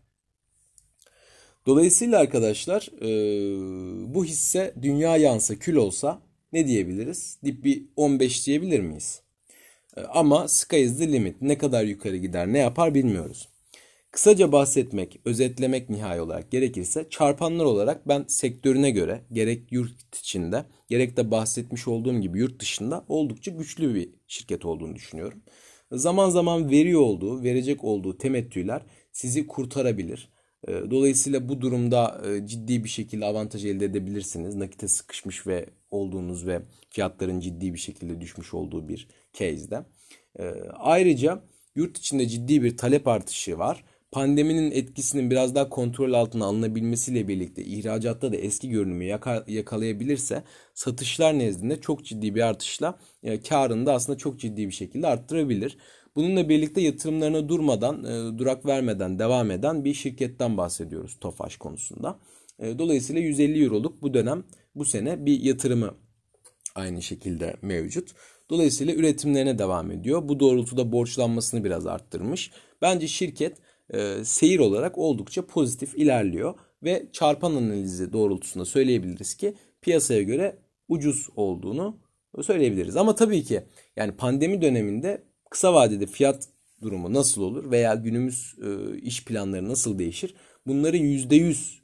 Dolayısıyla arkadaşlar bu hisse dünya yansa kül olsa ne diyebiliriz? Dip bir 15 diyebilir miyiz? Ama sky is the limit. Ne kadar yukarı gider ne yapar bilmiyoruz. Kısaca bahsetmek, özetlemek nihai olarak gerekirse çarpanlar olarak ben sektörüne göre gerek yurt içinde gerek de bahsetmiş olduğum gibi yurt dışında oldukça güçlü bir şirket olduğunu düşünüyorum. Zaman zaman veriyor olduğu, verecek olduğu temettüler sizi kurtarabilir. Dolayısıyla bu durumda ciddi bir şekilde avantaj elde edebilirsiniz. Nakite sıkışmış ve olduğunuz ve fiyatların ciddi bir şekilde düşmüş olduğu bir case'de. Ayrıca yurt içinde ciddi bir talep artışı var. Pandeminin etkisinin biraz daha kontrol altına alınabilmesiyle birlikte ihracatta da eski görünümü yakalayabilirse satışlar nezdinde çok ciddi bir artışla karını da aslında çok ciddi bir şekilde arttırabilir. Bununla birlikte yatırımlarına durmadan, durak vermeden devam eden bir şirketten bahsediyoruz Tofaş konusunda. Dolayısıyla 150 euroluk bu sene bir yatırımı aynı şekilde mevcut. Dolayısıyla üretimlerine devam ediyor. Bu doğrultuda borçlanmasını biraz arttırmış. Bence şirket seyir olarak oldukça pozitif ilerliyor ve çarpan analizi doğrultusunda söyleyebiliriz ki piyasaya göre ucuz olduğunu söyleyebiliriz. Ama tabii ki yani pandemi döneminde kısa vadede fiyat durumu nasıl olur veya günümüz iş planları nasıl değişir? Bunları %100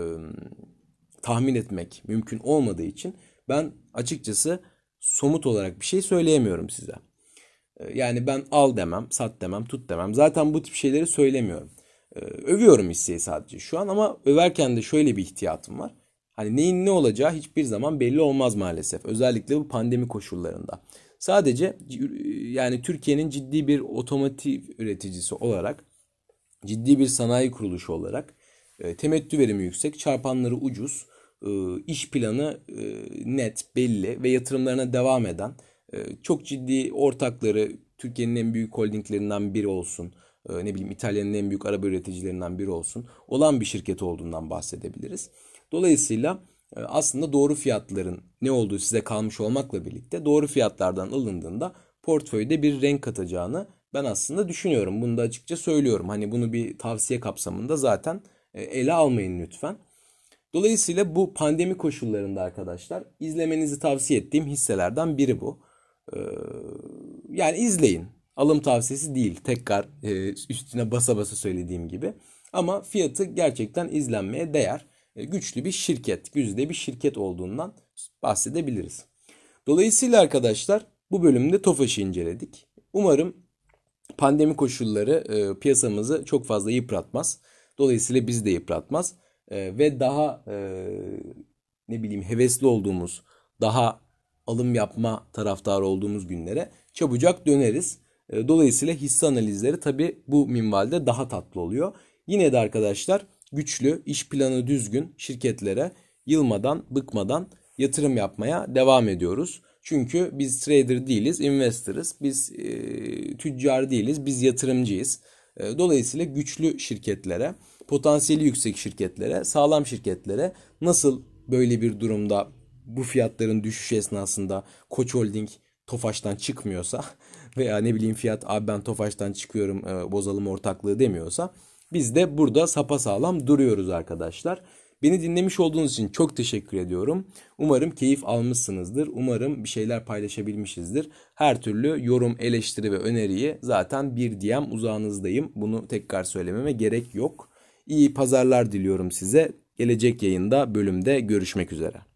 tahmin etmek mümkün olmadığı için ben açıkçası somut olarak bir şey söyleyemiyorum size. Yani ben al demem, sat demem, tut demem. Zaten bu tip şeyleri söylemiyorum. Övüyorum hisseyi sadece şu an ama överken de şöyle bir ihtiyatım var. Hani neyin ne olacağı hiçbir zaman belli olmaz maalesef. Özellikle bu pandemi koşullarında. Sadece yani Türkiye'nin ciddi bir otomotiv üreticisi olarak, ciddi bir sanayi kuruluşu olarak temettü verimi yüksek, çarpanları ucuz, iş planı net, belli ve yatırımlarına devam eden çok ciddi ortakları Türkiye'nin en büyük holdinglerinden biri olsun, ne bileyim İtalya'nın en büyük araba üreticilerinden biri olsun olan bir şirket olduğundan bahsedebiliriz. Dolayısıyla aslında doğru fiyatların ne olduğu size kalmış olmakla birlikte doğru fiyatlardan alındığında portföyde bir renk katacağını ben aslında düşünüyorum. Bunu da açıkça söylüyorum. Hani bunu bir tavsiye kapsamında zaten ele almayın lütfen. Dolayısıyla bu pandemi koşullarında arkadaşlar izlemenizi tavsiye ettiğim hisselerden biri bu. Ee, Yani izleyin. Alım tavsiyesi değil. Tekrar üstüne basa basa söylediğim gibi. Ama fiyatı gerçekten izlenmeye değer. Güçlü bir şirket, güzide bir şirket olduğundan bahsedebiliriz. Dolayısıyla arkadaşlar bu bölümde Tofaş'ı inceledik. Umarım pandemi koşulları piyasamızı çok fazla yıpratmaz. Dolayısıyla bizi de yıpratmaz. Ve daha ne bileyim hevesli olduğumuz, daha alım yapma taraftarı olduğumuz günlere çabucak döneriz. Dolayısıyla hisse analizleri tabii bu minvalde daha tatlı oluyor. Yine de arkadaşlar güçlü, iş planı düzgün şirketlere yılmadan, bıkmadan yatırım yapmaya devam ediyoruz. Çünkü biz trader değiliz, investor'ız. Biz tüccar değiliz, biz yatırımcıyız. Dolayısıyla güçlü şirketlere, potansiyeli yüksek şirketlere, sağlam şirketlere nasıl böyle bir durumda bu fiyatların düşüş esnasında Koç Holding Tofaş'tan çıkmıyorsa veya ne bileyim fiyat abi ben Tofaş'tan çıkıyorum bozalım ortaklığı demiyorsa biz de burada sapasağlam duruyoruz arkadaşlar. Beni dinlemiş olduğunuz için çok teşekkür ediyorum. Umarım keyif almışsınızdır. Umarım bir şeyler paylaşabilmişizdir. Her türlü yorum, eleştiri ve öneriyi zaten bir DM uzağınızdayım. Bunu tekrar söylememe gerek yok. İyi pazarlar diliyorum size. Gelecek yayında bölümde görüşmek üzere.